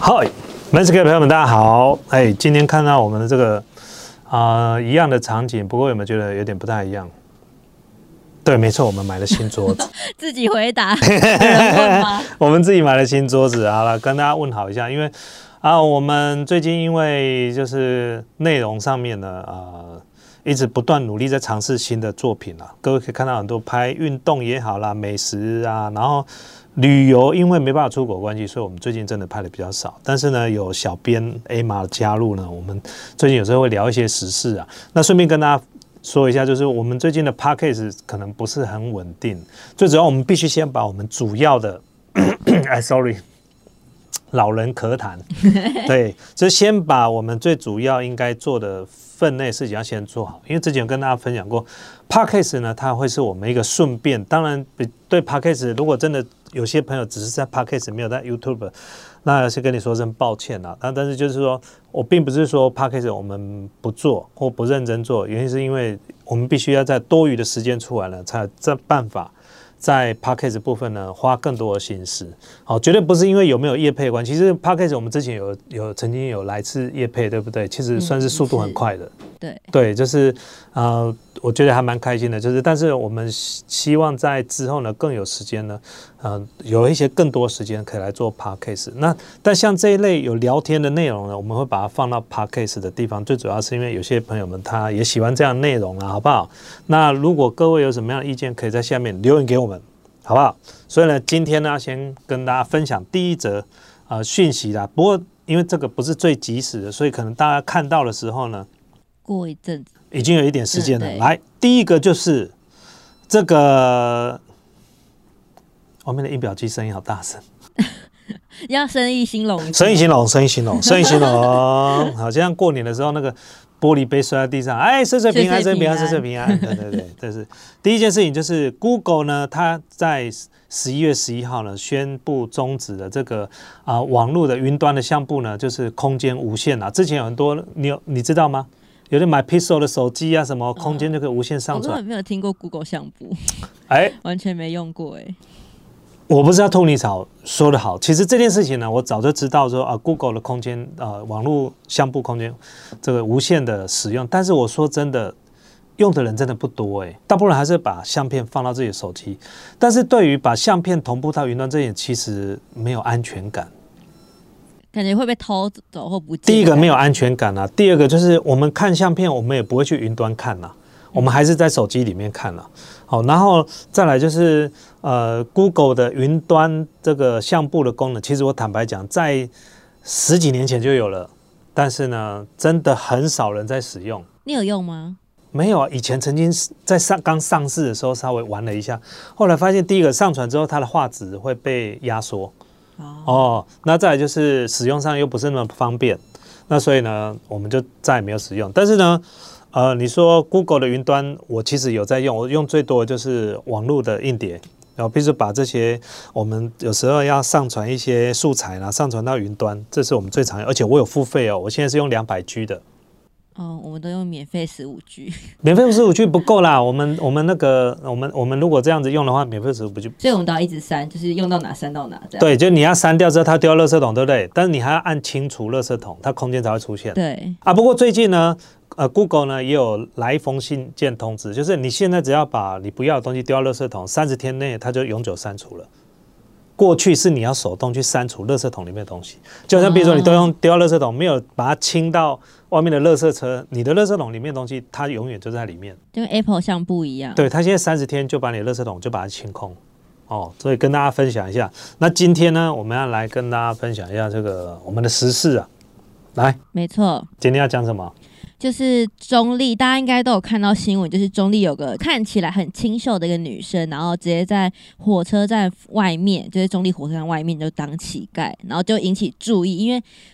好，门市客的朋友们，大家好。今天看到我们的这个一样的场景，不过有没有觉得有点不太一样？对，没错，我们买了新桌子。 自己回答，有人问吗？ 我们自己买了新桌子，好了，跟大家问好一下，因为我们最近因为就是内容上面呢，一直不断努力在尝试新的作品啦。各位可以看到很多拍运动也好啦，美食啊，然后旅游，因为没办法出国关系，所以我们最近真的拍的比较少。但是呢，有小编 Emma 的加入呢，我们最近有时候会聊一些时事啊。那顺便跟大家说一下，就是我们最近的 podcast 可能不是很稳定，最主要我们必须先把我们主要的，sorry。老人咳痰，对，就先把我们最主要应该做的分内事情要先做好。因为之前有跟大家分享过 ，Podcast 呢，它会是我们一个顺便。当然，对 Podcast， 如果真的有些朋友只是在 Podcast 没有在 YouTube， 那要先跟你说声抱歉啦。但是就是说我并不是说 Podcast 我们不做或不认真做，原因是因为我们必须要在多余的时间出来了，才有这办法。在 Podcast 部分呢，花更多的心思，绝对不是因为有没有业配的关系。其实 Podcast 我们之前曾经有来自业配，对不对？其实算是速度很快的，对，就是我觉得还蛮开心的。就是但是我们希望在之后呢，更有时间呢，有一些更多时间可以来做 Podcast。但像这一类有聊天的内容呢，我们会把它放到 Podcast 的地方。最主要是因为有些朋友们他也喜欢这样的内容啦，好不好？那如果各位有什么样的意见，可以在下面留言给我们。好不好？所以呢，今天呢，先跟大家分享第一则讯息啦。不过因为这个不是最及时的，所以可能大家看到的时候呢， 过一阵子已经有一点时间了。来，第一个就是这个外面的音表机声音好大声， 要生意兴隆， 生意兴隆，生意兴隆，生意兴隆。好像过年的时候那个。玻璃杯摔在地上，岁岁平安，岁岁平安，岁岁平安。对，这是第一件事情，就是 Google 呢，它在11月11号呢宣布终止了这个网络的云端的项目呢，就是空间无限啊。之前有很多你知道吗？有人买 Pixel 的手机啊，什么空间就可以无限上传。 我根本没有听过 Google 项目，完全没用过我不是要吐你槽，说得好。其实这件事情呢，我早就知道说Google 的空间网络相簿空间这个无限的使用，但是我说真的，用的人真的不多大部分人还是把相片放到自己的手机。但是对于把相片同步到云端这点，其实没有安全感， 感觉会被偷走或不见。 第一个没有安全感啊，第二个就是我们看相片，我们也不会去云端看啊。我们还是在手机里面看了，好，然后再来就是Google 的云端这个相簿的功能，其实我坦白讲，在10几年前就有了，但是呢，真的很少人在使用。 你有用吗？ 没有啊，以前曾经在刚上市的时候稍微玩了一下，后来发现第一个上传之后，它的画质会被压缩，那再来就是使用上又不是那么方便，那所以呢，我们就再也没有使用。但是呢。你说 Google 的云端，我其实有在用，我用最多的就是网络的硬碟，然后比如说把这些我们有时候要上传一些素材啦，上传到云端，这是我们最常用，而且我有付费我现在是用200G 的。 我们都用免费15G， 免费15G 不够啦，我们如果这样子用的话，免费15G， 所以我们都要一直删，就是用到哪删到哪这样。 对，就你要删掉之后，它丢到垃圾桶，对不对？但是你还要按清除垃圾桶，它空间才会出现。 对不过最近呢。Google 呢也有来一封信件通知，就是你现在只要把你不要的东西丢到垃圾桶，30天内它就永久删除了。过去是你要手动去删除垃圾桶里面的东西，就像比如说你都用丢到垃圾桶，没有把它清到外面的垃圾车，你的垃圾桶里面的东西它永远就在里面， 就跟 Apple 相簿一样。 对，它现在30天就把你的垃圾桶就把它清空。所以跟大家分享一下。那今天呢，我们要来跟大家分享一下这个我们的时事啊。来， 没错， 今天要讲什么？ 就是中立，大家应该都有看到新闻，就是中立有个看起来很清秀的一个女生，然后直接在火车站外面，就是中立火车站外面就当乞丐，然后就引起注意，因为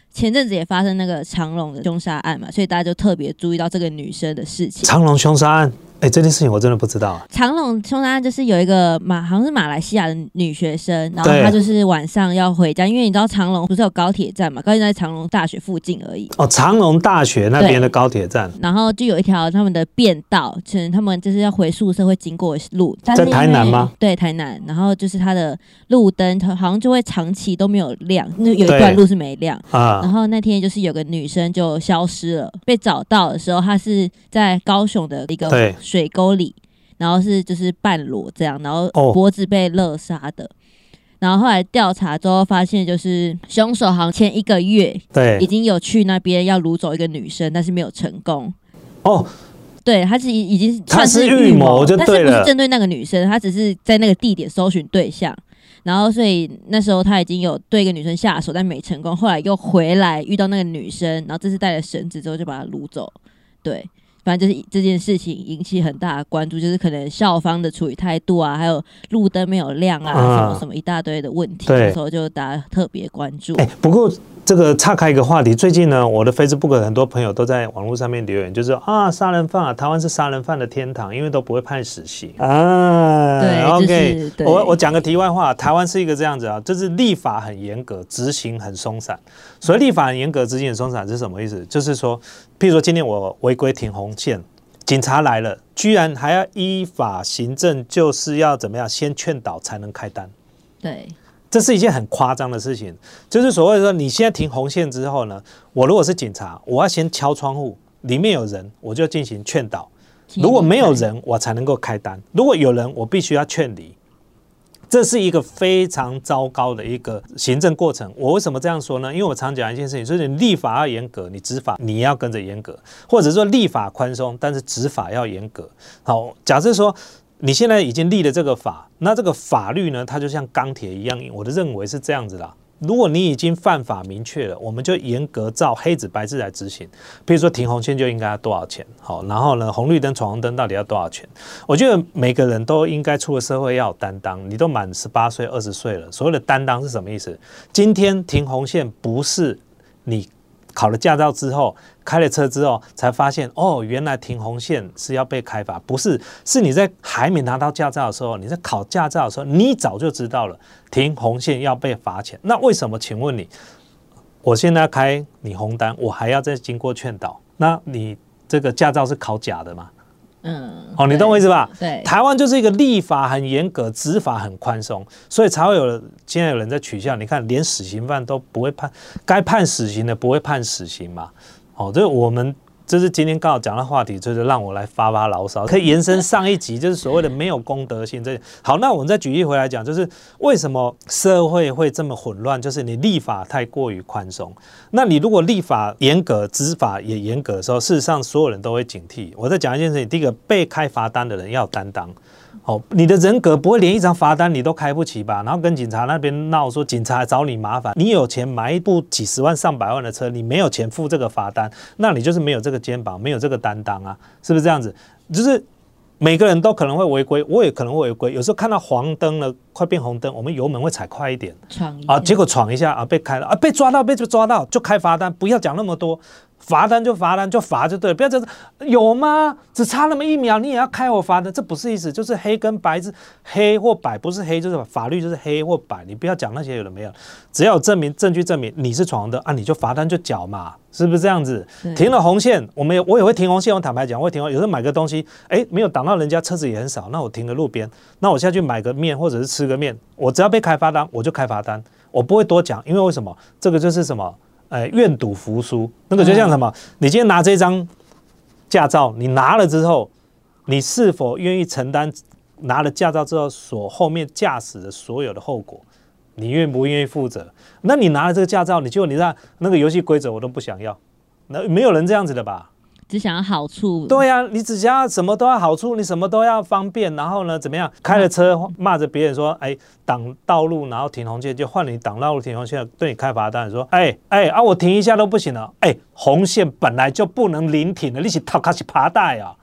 前阵子也发生那个长荣的凶杀案嘛，所以大家就特别注意到这个女生的事情。 长荣凶杀案，这件事情我真的不知道。 长荣凶杀案就是有一个好像是马来西亚的女学生，然后她就是晚上要回家，因为你知道长荣不是有高铁站嘛，高铁站在长荣大学附近而已。 长荣大学那边的高铁站， 然后就有一条他们的便道，他们就是要回宿舍会经过的路， 在台南吗？ 对，台南。然后就是它的路灯好像就会长期都没有亮，那有一段路是没亮啊。然后那天就是有个女生就消失了，被找到的时候，她是在高雄的一个水沟里，然后就是半裸这样，然后脖子被勒杀的。然后后来调查之后发现，就是凶手好像前1个月已经有去那边要掳走一个女生，但是没有成功。对，他是已经算是预谋就对了，但是不是针对那个女生，他只是在那个地点搜寻对象。然后所以那时候他已经有对一个女生下手，但没成功。后来又回来遇到那个女生，然后这次带了绳子之后就把她掳走。对。反正就是这件事情引起很大的关注，就是可能校方的处理态度啊，还有路灯没有亮啊，什么什么一大堆的问题，那时候就大家特别关注。 不过这个岔开一个话题，最近呢，我的 Facebook 很多朋友都在网络上面留言，就是说杀人犯台湾是杀人犯的天堂，因为都不会判死刑对 ，OK， 我讲个题外话，台湾是一个这样子啊，就是立法很严格，执行很松散。所以立法很严格，执行很松散是什么意思？就是说，譬如说今天我违规停红线，警察来了，居然还要依法行政，就是要怎么样，先劝导才能开单。 对， 这是一件很夸张的事情。就是所谓说，你现在停红线之后呢，我如果是警察，我要先敲窗户，里面有人，我就进行劝导；如果没有人，我才能够开单；如果有人，我必须要劝离。这是一个非常糟糕的一个行政过程。我为什么这样说呢？因为我常讲一件事情，就是你立法要严格，你执法你要跟着严格，或者说立法宽松，但是执法要严格。好，假设说你现在已经立了这个法，那这个法律呢，它就像钢铁一样硬。我的认为是这样子啦。如果你已经犯法明确了，我们就严格照黑纸白字来执行。比如说停红线就应该要多少钱，好，然后呢，红绿灯、闯红灯到底要多少钱？我觉得每个人都应该出了社会要有担当。你都满18岁、20岁了，所谓的担当是什么意思？今天停红线不是你考了驾照之后，开了车之后才发现，原来停红线是要被开罚，不是，是你在还没拿到驾照的时候，你在考驾照的时候，你早就知道了停红线要被罚钱。那为什么？请问你，我现在开你红单，我还要再经过劝导，那你这个驾照是考假的吗？你懂我意思吧？ 对， 台湾就是一个立法很严格，执法很宽松，所以才会现在有人在取笑。你看，连死刑犯都不会判，该判死刑的不会判死刑嘛？这我们这是今天刚好讲的话题，就是让我来发发牢骚，可以延伸上一集，就是所谓的没有公德心。好，那我们再举例回来讲，就是为什么社会会这么混乱？就是你立法太过于宽松。那你如果立法严格，执法也严格的时候，事实上所有人都会警惕。我再讲一件事情，第一个，被开罚单的人要有担当。你的人格不会连一张罚单你都开不起吧？然后跟警察那边闹说警察找你麻烦，你有钱买一部几十万上百万的车，你没有钱付这个罚单，那你就是没有这个肩膀，没有这个担当啊，是不是这样子？就是每个人都可能会违规，我也可能会违规。有时候看到黄灯了，快变红灯，我们油门会踩快一点，结果闯一下被开了被抓到就开罚单，不要讲那么多。罚单就罚单，就罚就对了，不要这样子。有吗？只差那么1秒，你也要开我罚单？这不是意思，就是黑跟白是黑或白，不是黑就是法律就是黑或白。你不要讲那些有的没有，只要有证据证明你是闯红灯你就罚单就缴嘛，是不是这样子？停了红线，我也会停红线。我坦白讲，我会停红。有时候买个东西，没有挡到人家，车子也很少，那我停了路边，那我下去买个面或者是吃个面，我只要被开罚单，我就开罚单，我不会多讲，因为为什么？这个就是什么？愿赌服输，那个就像什么？你今天拿这张驾照，你拿了之后，你是否愿意承担拿了驾照之后所后面驾驶的所有的后果？你愿不愿意负责？那你拿了这个驾照，你让那个游戏规则我都不想要，那没有人这样子的吧？ 只想要好处。 对呀，你只想要什么都要好处，你什么都要方便，然后呢怎么样？开了车骂着别人说，挡道路，然后停红线，就换你挡道路停红线，对你开罚单，说，我停一下都不行了，红线本来就不能临停的，你是头壳是爬带啊？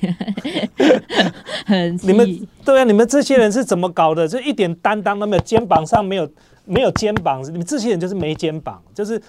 你们对啊，你们这些人是怎么搞的？就一点担当都没有，肩膀上没有肩膀，你们这些人就是没肩膀，就是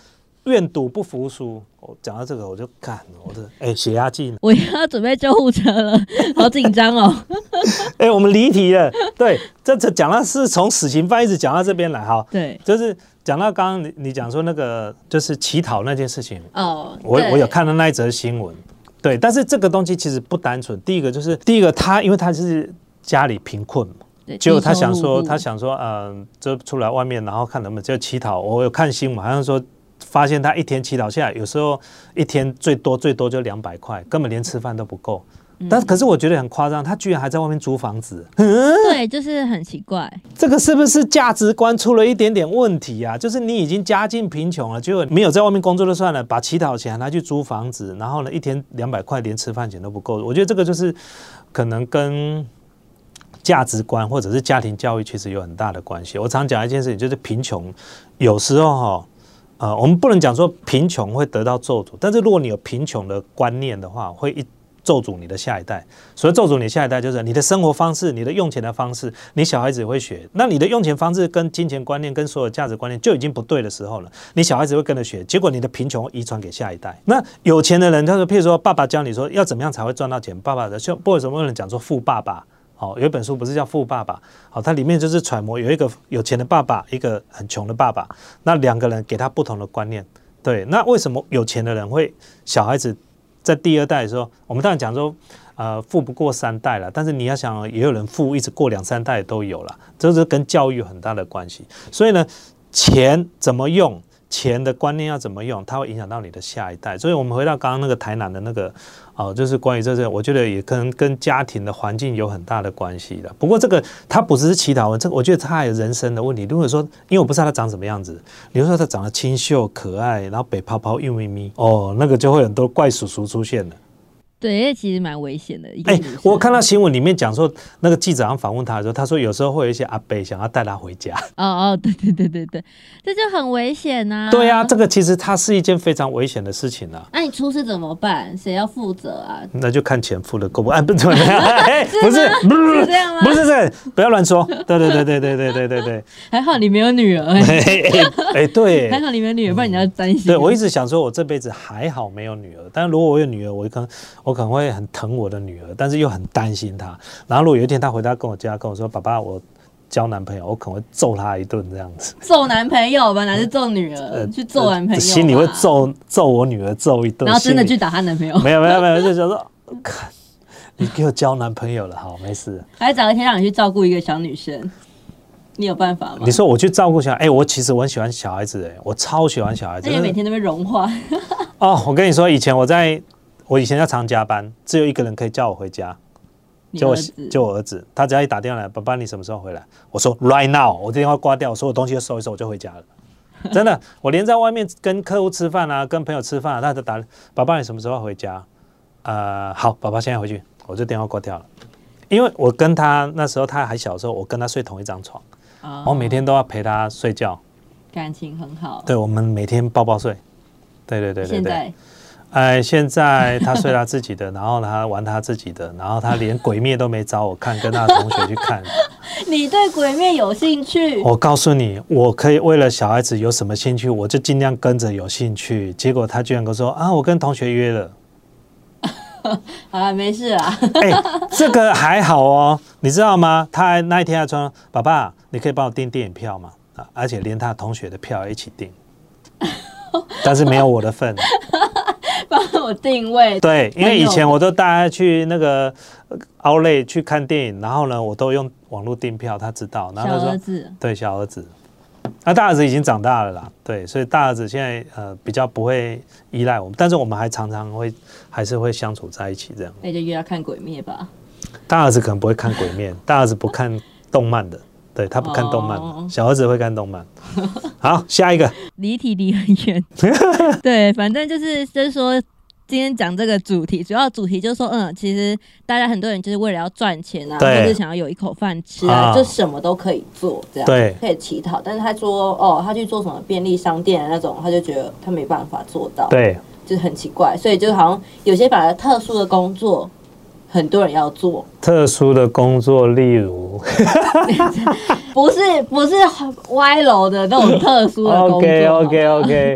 愿赌不服输。我讲到这个，我就干我的血压计， 我要准备救护车了，好紧张哦。 我们离题了。对，这讲到是从死刑犯一直讲到这边来哈。 对， 就是讲到刚刚你讲说那个就是乞讨那件事情哦，我有看到那一则新闻。对，但是这个东西其实不单纯。第一个他因为他是家里贫困嘛。结果他想说，就出来外面，然后看能不能就乞讨。我有看新闻，好像说发现他一天乞讨下来，有时候一天最多就200块，根本连吃饭都不够。可是我觉得很夸张，他居然还在外面租房子。 对，就是很奇怪。 这个是不是价值观出了一点点问题啊？就是你已经家境贫穷了，结果没有在外面工作就算了，把乞讨钱拿去租房子，然后呢，一天200块连吃饭钱都不够。我觉得这个就是可能跟价值观或者是家庭教育其实有很大的关系。我常讲一件事情，就是贫穷有时候我们不能讲说贫穷会得到咒诅，但是如果你有贫穷的观念的话，会咒诅你的下一代。所以咒诅你下一代，就是你的生活方式、你的用钱的方式，你小孩子会学。那你的用钱方式跟金钱观念跟所有价值观念就已经不对的时候了，你小孩子会跟着学，结果你的贫穷遗传给下一代。那有钱的人，他说，譬如说爸爸教你说要怎么样才会赚到钱，爸爸的，不为什么有人讲说富爸爸。有一本书不是叫《富爸爸》，它里面就是揣摩有一个有钱的爸爸，一个很穷的爸爸，那两个人给他不同的观念。对，那为什么有钱的人会小孩子在第二代的时候，我们当然讲说富不过3代了，但是你要想，也有人富一直过2、3代都有了，这是跟教育有很大的关系。所以呢，钱怎么用？钱的观念要怎么用，它会影响到你的下一代。所以我们回到刚刚那个台南的那个就是关于这我觉得也可能跟家庭的环境有很大的关系的。不过这个它不只是乞讨，这个我觉得它还有人生的问题。如果说因为我不知道他长什么样子，比如说他长得清秀可爱，然后北泡泡幼咪咪，那个就会很多怪叔叔出现了。 对，因为其实蛮危险的。 我看到新闻里面讲说，那个记者访问他的时候，他说有时候会有一些阿伯想要带他回家。 对，这就很危险啊。 对啊，这个其实它是一件非常危险的事情啊。 那你出事怎么办？谁要负责啊？ 那就看钱付的够不？不是这样吗？不是这，不要乱说。对。 还好你没有女儿。 对， 还好你没有女儿，不然你要担心。 对，我一直想说，我这辈子还好没有女儿，但如果我有女儿，我可能会很疼我的女儿，但是又很担心她。然后如果有一天她回到跟我说：“爸爸，我交男朋友”，我可能会揍她一顿这样子。 揍男朋友吧，哪是揍女儿？去揍男朋友， 心里会揍我女儿揍一顿， 然后真的去打她男朋友。 没有，就想说，看你给我交男朋友了，好，没事。 还找一天让你去照顾一个小女生，你有办法吗？ 你说我去照顾小孩，我其实我很喜欢小孩子，我超喜欢小孩子。 而且每天都被融化。 我跟你说，我以前要常加班，只有一个人可以叫我回家，就我儿子。他只要一打电话来，爸爸你什么时候回来？我说 right now， 我电话挂掉，我所有东西都收一收，我就回家了。真的，我连在外面跟客户吃饭啊，跟朋友吃饭啊，他都打爸爸你什么时候回家？好，爸爸现在回去，我就电话挂掉了。因为我跟他那时候他还小的时候，我跟他睡同一张床，我每天都要陪他睡觉， 感情很好。 对，我们每天抱抱睡。对。现现在他睡他自己的，然后他玩他自己的，然后他连鬼灭都没找我看，跟他的同学去看。 你对鬼灭有兴趣？ 我告诉你，我可以为了小孩子有什么兴趣，我就尽量跟着有兴趣。结果他居然跟我说我跟同学约了。 好了，没事啦。 这个还好哦，你知道吗？他那一天还说：“爸爸，你可以帮我订电影票吗？”而且连他同学的票一起订，但是没有我的份。 帮我定位。 对，因为以前我都带他去那个Outlet去看电影，然后呢，我都用网络订票，他知道。然后他说：“ 小儿子。” 对，小儿子。那大儿子已经长大了啦，对，所以大儿子现在比较不会依赖我们，但是我们还常常还是会相处在一起这样。 那就约他看鬼灭吧。 大儿子可能不会看鬼灭，大儿子不看动漫的。对，他不看动漫，小儿子会看动漫。好，下一个离题离很远。对，反正就是说，今天讲这个主题，主要主题就是说，其实大家很多人就是为了要赚钱啊，或者想要有一口饭吃啊，就什么都可以做，这样对，可以乞讨。但是他说，他去做什么便利商店的那种，他就觉得他没办法做到，对，就是很奇怪。所以就好像有些反而特殊的工作。很多人要做特殊的工作，例如不是歪楼的那种特殊的工作。 OK，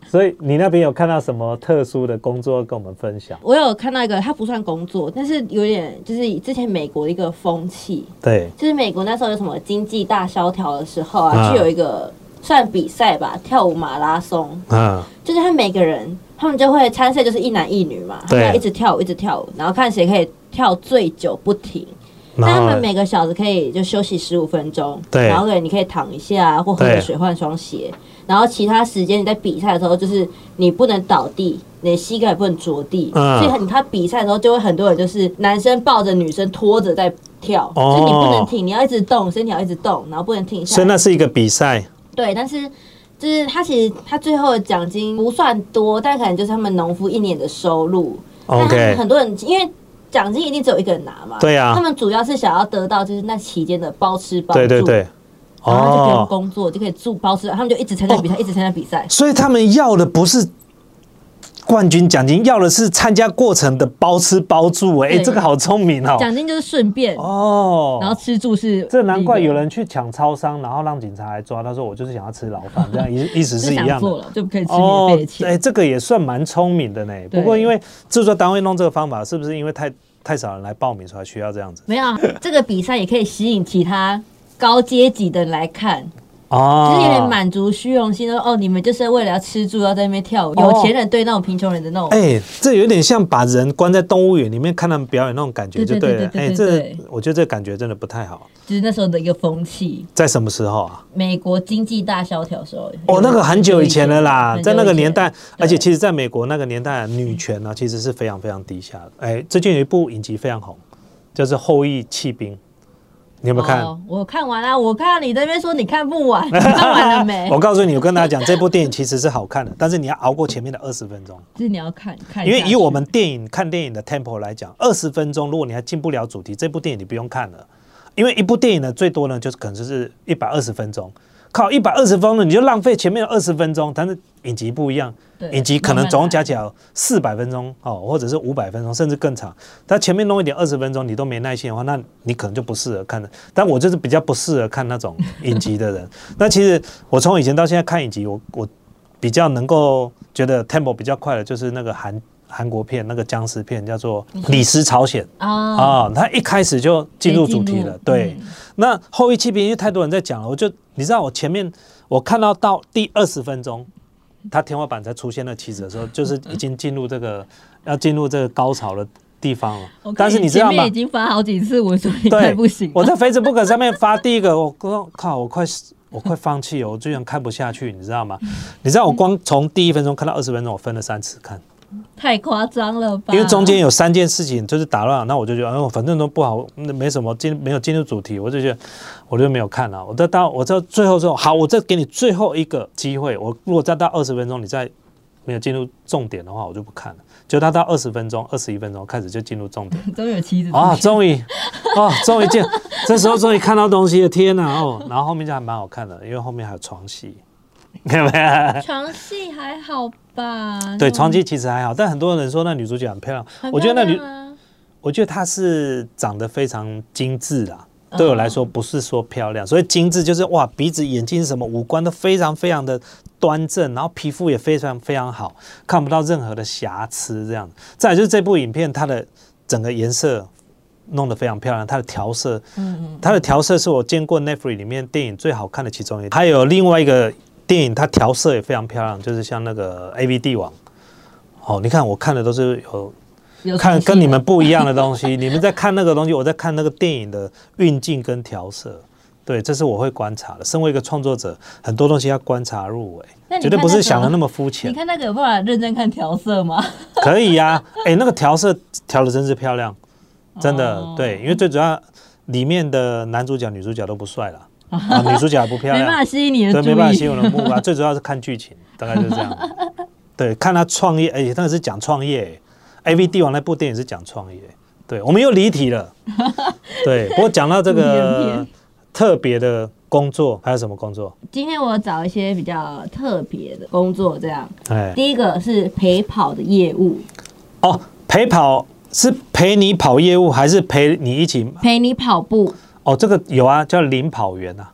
所以你那边有看到什么特殊的工作跟我们分享？ 我有看到一个，它不算工作，但是有点就是之前美国的一个风气。 对， 就是美国那时候有什么经济大萧条的时候啊，就有一个算比赛吧，跳舞马拉松。就是他每个人他们就会参赛，就是一男一女嘛，他们一直跳舞，一直跳舞，然后看谁可以跳最久不停。但他们每个小时可以就休息15分钟，然后你可以躺一下或喝个水换双鞋，然后其他时间你在比赛的时候就是你不能倒地，你的膝盖不能着地，所以他比赛的时候就会很多人就是男生抱着女生拖着在跳，就是你不能停，你要一直动，身体要一直动，然后不能停下来。 所以那是一个比赛。 对，但是就是其实他最后的奖金不算多，但可能就是他们农夫1年的收入。 OK， 很多人因为奖金一定只有一个人拿嘛， 对啊， 他们主要是想要得到就是那期间的包吃包住， 对， 然后就不用工作就可以住包吃，他们就一直参加比赛，一直参加比赛。 所以他们要的不是冠军奖金，要的是参加过程的包吃包住。这个好聪明哦！ 奖金就是顺便哦，然后吃住是这难怪有人去抢超商，然后让警察来抓。他说我就是想要吃牢饭，这样意思是一样的。 做了就可以吃免费的钱。 这个也算蛮聪明的呢。不过因为制作单位弄这个方法，是不是因为太少人来报名，所以需要这样子？ 没有，这个比赛也可以吸引其他高阶级的人来看。就是有点满足虚荣心，说你们就是为了要吃住，要在那边跳舞。有钱人对那种贫穷人的那种， 这有点像把人关在动物园里面看他们表演那种感觉，就对了。我觉得这感觉真的不太好。 就是那时候的一个风气， 在什么时候啊？ 美国经济大萧条的时候。 那个很久以前了啦，在那个年代，而且其实在美国那个年代，女权呢其实是非常非常低下的。最近有一部影集非常红，就是《后翼弃兵》。你有没有看？ 我看完了，我看到你这边说你看不完，你看完了没？ 我告诉你，我跟大家讲，这部电影其实是好看的，但是你要熬过前面的20分钟。 就是你要看， 因为以我们看电影的 tempo 来讲，20分钟，如果你还进不了主题，这部电影你不用看了。因为一部电影呢，最多呢就是可能就是120分钟，靠120分钟你就浪费前面的20分钟，但是影集不一样。影集可能总共加起来400分钟或者是500分钟，甚至更长。但前面弄一点20分钟，你都没耐心的话，那你可能就不适合看的。但我就是比较不适合看那种影集的人。那其实我从以前到现在看影集，我比较能够觉得 tempo 比较快的，就是那个韩国片，那个僵尸片叫做《李斯朝鲜》他一开始就进入主题了。对，那后翼弃兵因为太多人在讲了，你知道我前面我看到第20分钟。他天花板才出现那旗子的时候，就是已经要进入这个高潮的地方了。但是你知道吗？前面已经发好几次，我说你快不行。 我在 Facebook 上面发第一个，我说靠，我快放弃了，我居然看不下去，你知道吗？你知道我光从第1分钟看到20分钟，我分了3次看。 太夸张了吧？ 因为中间有3件事情就是打乱，那我就觉得，反正都不好，没什么没有进入主题，我就觉得我就没有看了。我到最后之后，好，我再给你最后一个机会，我如果再到20分钟，你再没有进入重点的话，我就不看了。就他到20分钟、21分钟开始就进入重点， 终于有妻子终于这时候终于看到东西了，天哪然后后面就还蛮好看的，因为后面还有床戏。 床戏还好吧？ 对，床戏其实还好，但很多人说那女主角很漂亮，我觉得她是长得非常精致啦。对我来说不是说漂亮，所以精致就是哇，鼻子、眼睛什么五官都非常非常的端正，然后皮肤也非常非常好，看不到任何的瑕疵这样。再来就是这部影片它的整个颜色弄得非常漂亮，它的调色是我见过 Netflix 里面电影最好看的其中一个。还有另外一个电影，它调色也非常漂亮，就是像那个 AV 帝王。你看我看的都是看跟你们不一样的东西，你们在看那个东西，我在看那个电影的运镜跟调色。对，这是我会观察的。身为一个创作者，很多东西要观察入微，绝对不是想的那么肤浅。 你看那个有办法认真看调色吗？ 可以呀，那个调色调的真是漂亮，真的。对，因为最主要里面的男主角、女主角都不帅啦。女主角也不漂亮， 没办法吸引你的注意， 对，没办法吸引我的目光。最主要是看剧情，大概就是这样。对，看他创业，那个是讲创业。AV 帝王那部电影是讲创业。对，我们又离题了。对，不过讲到这个特别的工作，还有什么工作？ 今天我找一些比较特别的工作，这样。第一个是陪跑的业务。 陪跑是陪你跑业务，还是陪你一起？ 陪你跑步。 这个有啊，叫领跑员啊。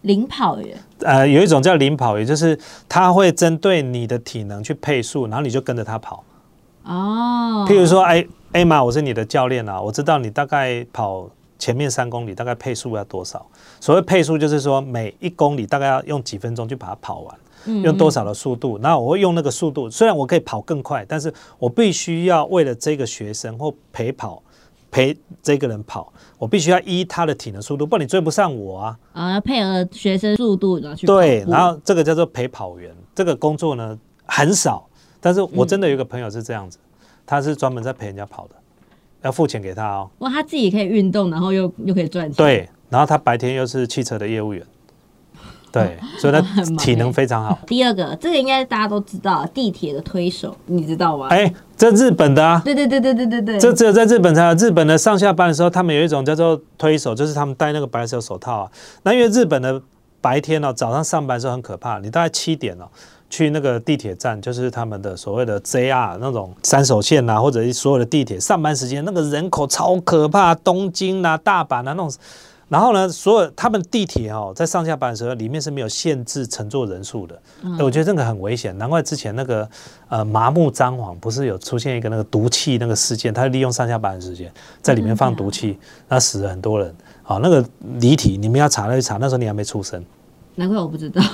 领跑员？ 有一种叫领跑员，就是他会针对你的体能去配速，然后你就跟着他跑。哦。譬如说，艾玛，我是你的教练啊，我知道你大概跑前面3公里大概配速要多少。所谓配速就是说每1公里大概要用几分钟去把它跑完。用多少的速度，然后我会用那个速度，虽然我可以跑更快，但是我必须要为了这个学生或陪这个人跑，我必须要依他的体能速度，不然你追不上我啊！ 要配合学生速度，然后去对，然后这个叫做陪跑员，这个工作呢很少，但是我真的有一个朋友是这样子，他是专门在陪人家跑的，要付钱给他哦。 哇，他自己可以运动，然后又可以赚钱。 对，然后他白天又是汽车的业务员。对，所以他体能非常好。 第二个，这个应该大家都知道，地铁的推手，你知道吗？ 这日本的啊。 对， 这只有在日本才有。日本的上下班的时候，他们有一种叫做推手，就是他们戴那个白色手套啊。那因为日本的白天哦，早上上班的时候很可怕，你大概7点哦，去那个地铁站，就是他们的所谓的 JR 那种3手线啊，或者所有的地铁上班时间，那个人口超可怕，东京啊、大阪啊那种。然后呢，所有他们地铁在上下班的时候，里面是没有限制乘坐人数的。我觉得这个很危险，难怪之前那个麻木彰晃不是有出现一个那个毒气那个事件，他利用上下班的时间在里面放毒气，那死了很多人。那个离题，你们要查一查，那时候你还没出生。 难怪我不知道。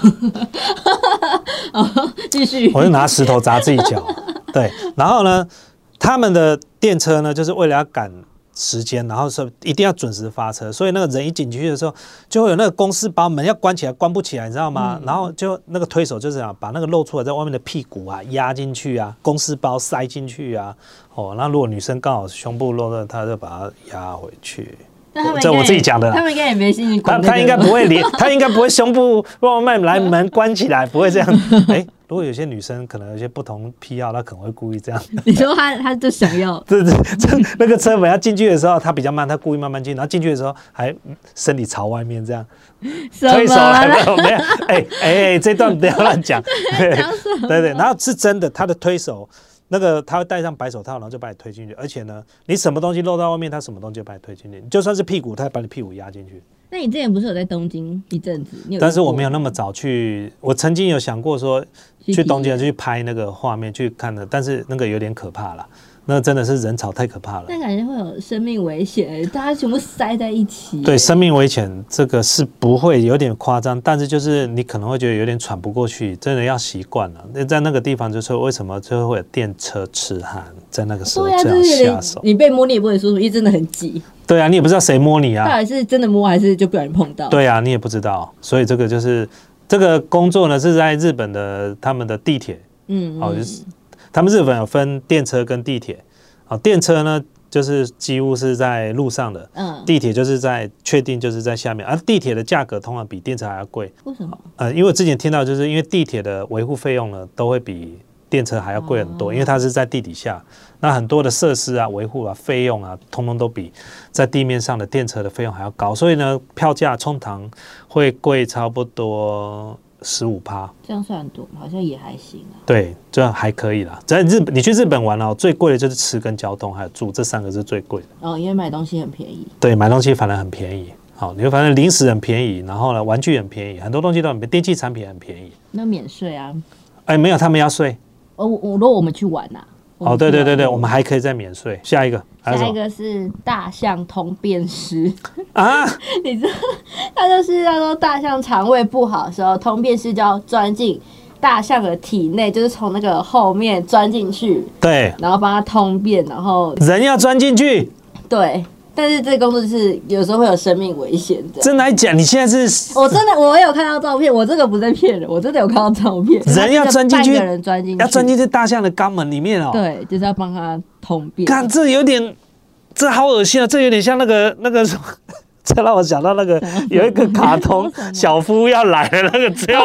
继续。 我就拿石头砸自己脚。对，然后呢，他们的电车呢，就是为了要赶时间，然后说一定要准时发车，所以那个人一进去的时候，就会有那个公司把门要关起来，关不起来，你知道吗？然后就那个推手就是把那个露出来在外面的屁股啊压进去啊，公司包塞进去啊。那如果女生刚好胸部露了，他就把它压回去。这我自己讲的啦， 他们应该也没心情管。 他应该不会他应该不会胸部外面来门关起来，不会这样。如果有些女生可能有些不同癖好，她可能会故意这样。 你说她就想要？ 对，那个车门要进去的时候，她比较慢，她故意慢慢进，然后进去的时候还身体朝外面这样。推手来了没有？这段不要乱讲。对，然后是真的，她的推手。那个他会戴上白手套，然后就把你推进去，而且呢，你什么东西露到外面，他什么东西就把你推进去。就算是屁股，他也把你屁股压进去。 那你之前不是有在东京一阵子？ 但是我没有那么早去，我曾经有想过说去东京去拍那个画面去看的，但是那个有点可怕啦。那真的是人潮太可怕了， 但感觉会有生命危险，大家全部塞在一起。 对，生命危险这个是不会有点夸张，但是就是你可能会觉得有点喘不过去，真的要习惯了。在那个地方就是为什么就会有电车痴汉在那个时候这样下手， 你被摸你也不会舒服，因为真的很挤。 对啊，你也不知道谁摸你啊， 到底是真的摸还是就不小心碰到？ 对啊，你也不知道，所以这个就是这个工作呢是在日本的他们的地铁，就是他们日本有分电车跟地铁。电车呢，就是几乎是在路上的，地铁就是确定就是在下面，而地铁的价格通常比电车还要贵。 为什么？ 因为我之前听到，就是因为地铁的维护费用呢，都会比电车还要贵很多，因为它是在地底下，那很多的设施啊、维护啊、费用啊，通通都比在地面上的电车的费用还要高，所以呢，票价通常会贵差不多15%， 这样算多吗？好像也还行啊。 对，这样还可以啦。在日本，你去日本玩最贵的就是吃跟交通还有住，这3个是最贵的。 因为买东西很便宜。 对，买东西反而很便宜。你会发现零食很便宜，然后呢，玩具很便宜，很多东西都很便宜，电器产品很便宜。 那免税啊？ 没有，他们要税。 如果我们去玩啊。 对，我们还可以再免税。下一个是大象通便师啊，你知道，他就是要说大象肠胃不好的时候，通便师就要钻进大象的体内，就是从那个后面钻进去， 对， 然后帮他通便，然后人要钻进去， 对。但是这个工作就是有时候会有生命危险的。 真来讲，你现在是？ 我有看到照片，我这个不在骗人，我真的有看到照片。 人要钻进去， 半个人钻进去， 要钻进去大象的肛门里面对，就是要帮他通便。 看，这有点，这好恶心啊！这有点像那个什么。这让我想到那个有一个卡通小夫要来的那个，只有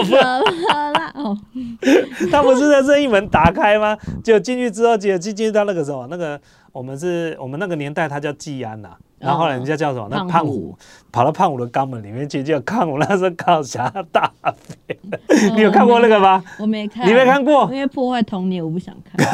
他不是在任意门打开吗？结果进去之后，结果进去到那个什么那个我们那个年代，它叫技安呐。 然后后来人家叫什么？那胖虎跑到胖虎的肛门里面去，就胖虎那时候刚好想要大便。你有看过那个吗？ 我没看， 你没看过？ 因为破坏童年，我不想看。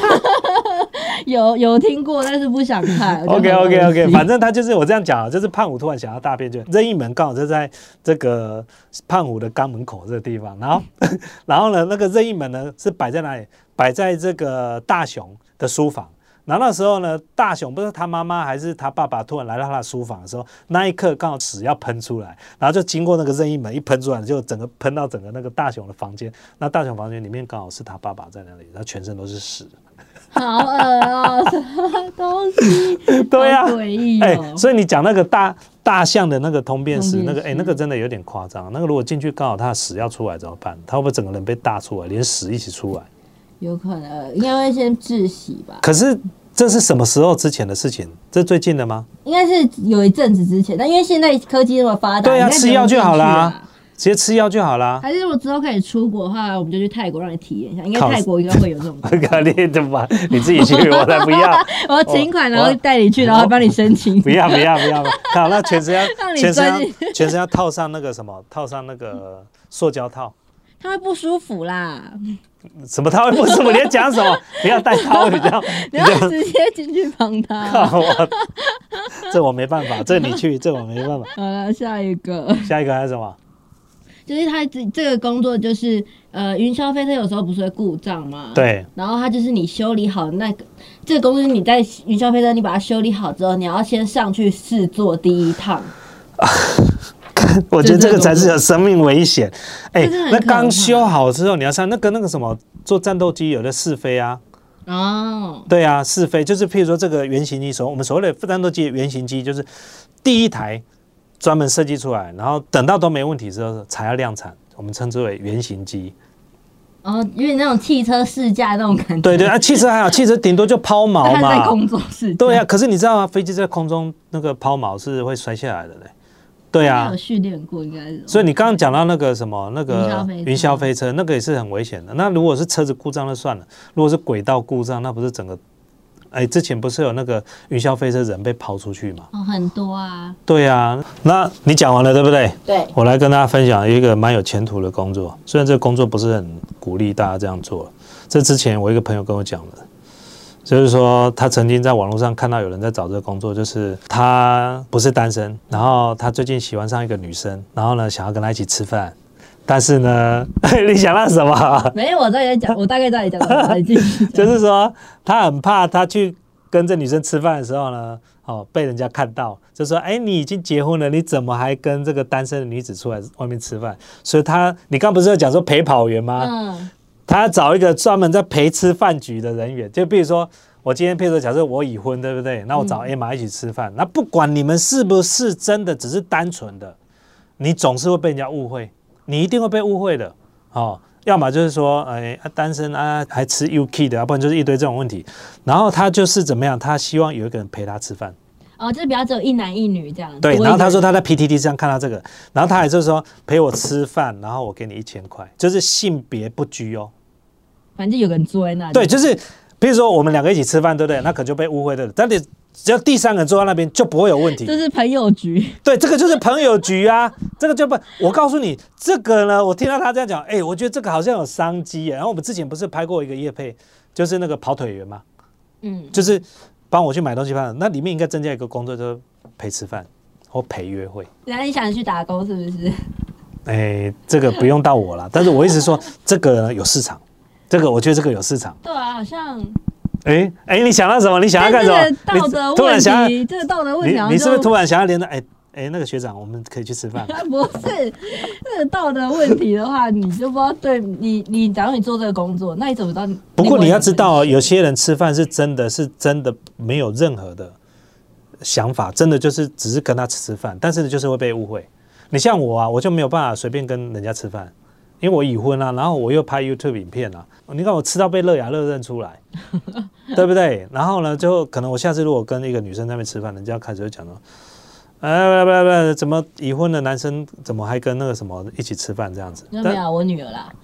有听过，但是不想看。 OK， 反正他就是我这样讲，就是胖虎突然想要大便，就任意门刚好就在这个胖虎的肛门口这个地方，然后呢，那个任意门呢是摆在哪里？摆在这个大雄的书房。然后那时候呢，大雄不知道他妈妈还是他爸爸突然来到他的书房的时候，那一刻刚好屎要喷出来，然后就经过那个任意门一喷出来，就整个喷到整个那个大雄的房间。那大雄房间里面刚好是他爸爸在那里，他全身都是屎。 好恶哦，什么东西？ 对呀， 诡异哦。 所以你讲那个大象的那个通便屎，那个真的有点夸张。那个如果进去刚好他的屎要出来怎么办？他会不会整个人被大出来，连屎一起出来？ 有可能，应该会先窒息吧。 可是这是什么时候之前的事情？这最近的吗？ 应该是有一阵子之前，但因为现在科技那么发达， 对啊，吃药就好啦，直接吃药就好啦。 还是如果之后可以出国的话，我们就去泰国让你体验一下。应该泰国应该会有这种。 你自己去，我才不要。 我请款，然后带你去，然后帮你申请。 不要！好，那全身要套上那个什么，套上那个塑胶套。 他会不舒服啦。 什么他会不舒服？你在讲什么？不要带套，你要直接进去帮他。 这我没办法，这你去，这我没办法。 好了，下一个还是什么？ 就是他这个工作就是云霄飞车有时候不是会故障吗？ 对。 然后他就是你修理好这个工作，你在云霄飞车你把它修理好之后，你要先上去试坐第一趟。 我觉得这个才是有生命危险。那刚修好之后，你要上那个什么，做战斗机有的试飞啊。 哦。 对啊，试飞就是譬如说这个原型机，我们所谓的战斗机原型机，就是第一台专门设计出来，然后等到都没问题之后才要量产，我们称之为原型机。 哦，有点那种汽车试驾那种感觉。 对啊，汽车还好，汽车顶多就抛锚嘛。 它在空中试驾。 对啊，可是你知道吗？飞机在空中那个抛锚是会摔下来的嘞。对啊， 有训练过应该是。 所以你刚刚讲到那个什么那个云霄飞车，那个也是很危险的。那如果是车子故障就算了，如果是轨道故障，那不是整个，之前不是有那个云霄飞车人被抛出去吗？ 很多啊。 对啊，那你讲完了对不对？ 对。 我来跟大家分享一个蛮有前途的工作，虽然这个工作不是很鼓励大家这样做。这之前我一个朋友跟我讲的。就是说，他曾经在网络上看到有人在找这个工作，就是他不是单身，然后他最近喜欢上一个女生，然后呢想要跟她一起吃饭，但是呢，你想到什么？ 没有，我在讲，我大概在讲什么。 就是说，他很怕他去跟这女生吃饭的时候呢，被人家看到，就说，你已经结婚了，你怎么还跟这个单身的女子出来外面吃饭？所以你刚不是有讲说陪跑员吗？他要找一个专门在陪吃饭局的人员，就比如说我今天，譬如说假设我已婚，对不对？那我找 Emma 一起吃饭，那不管你们是不是真的只是单纯的，你总是会被人家误会，你一定会被误会的要么就是说，单身啊，还吃 UK 的，要不然就是一堆这种问题。然后他就是怎么样？他希望有一个人陪他吃饭。 就是比较只有一男一女这样。 对，然后他说他在 PTT 上看到这个，然后他还是说陪我吃饭，然后我给你1000块，就是性别不拘哦。 反正有个人坐在那里。 对，就是比如说我们2个一起吃饭，对不对？那可能就被误会的了。但你只要第3个人坐在那边，就不会有问题。 这是朋友局。 对，这个就是朋友局啊。这个就不，我告诉你，这个呢，我听到他这样讲，我觉得这个好像有商机耶。然后我们之前不是拍过一个业配，就是那个跑腿员嘛，就是帮我去买东西饭，那里面应该增加一个工作，就是陪吃饭或陪约会。 然后你想去打工是不是？ 这个不用到我啦，但是我一直说这个呢有市场，这个我觉得这个有市场。 对啊，好像。 你想到什么？你想要干什么？ 道德问题，这个道德问题， 你是不是突然想要连着？那个学长，我们可以去吃饭。 不是，这个道德问题的话，你就不知道对你，假如你做这个工作，那你怎么知道？ 不过你要知道，有些人吃饭是真的没有任何的想法，真的就是只是跟他吃饭，但是就是会被误会。你像我啊，我就没有办法随便跟人家吃饭，因为我已婚啊，然后我又拍 YouTube 影片啊，你看我吃到被乐雅乐认出来，对不对？然后呢，就可能我下次如果跟一个女生在那边吃饭，人家开始就讲了。不，怎么已婚的男生怎么还跟那个什么一起吃饭这样子？ 没有，我女儿啦。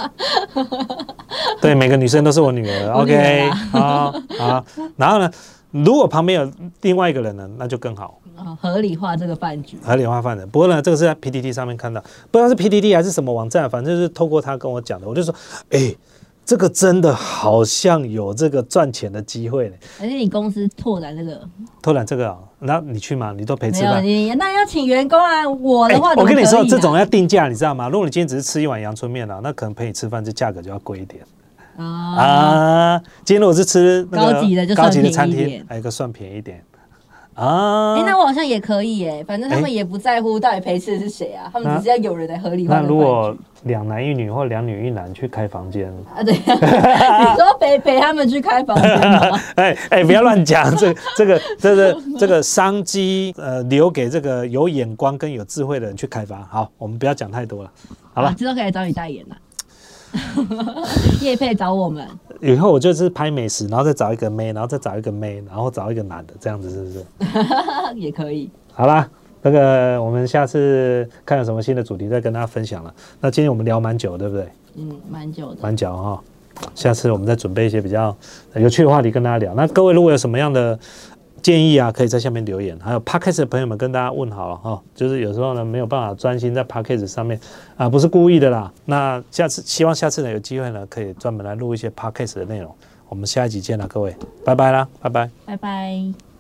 对， 每个女生都是我女儿。OK， 好。然后呢， 如果旁边有另外一个人呢，那就更好。 合理化这个饭局， 合理化饭局。不过呢，这个是在 PTT 上面看到，不知道是 PTT 还是什么网站，反正就是透过他跟我讲的，我就说，这个真的好像有这个赚钱的机会呢。 而且你公司拓展这个啊，那你去吗？你都陪吃饭？ 那要请员工啊。我的话， 我跟你说，这种要定价，你知道吗？如果你今天只是吃一碗阳春面啊，那可能陪你吃饭，这价格就要贵一点。今天如果是吃那个高级的餐厅，还有一个算便宜一点。 那我好像也可以耶，反正他们也不在乎到底陪吃的是谁啊，他们只是要有人来合理化。 那如果2男1女或2女1男去开房间对，你说陪他们去开房间吗？ 不要乱讲，这个商机留给这个有眼光跟有智慧的人去开发。好，我们不要讲太多了，好吧？ 之后可以来找你代言了。业配找我们， 以后我就是拍美食，然后再找一个妹，然后再找一个妹，然后找一个男的，这样子是不是？ 也可以。 好啦，那个我们下次看有什么新的主题再跟大家分享了。那今天我们聊蛮久，对不对？ 蛮久的。 蛮久哈，下次我们再准备一些比较有趣的话题跟大家聊。那各位如果有什么样的建议啊，可以在下面留言。还有 Podcast 的朋友们跟大家问好了哈，就是有时候呢没有办法专心在 Podcast 上面不是故意的啦。那希望下次呢有机会呢可以专门来录一些 Podcast 的内容。我们下一集见了，各位，拜拜啦，拜拜， 拜拜。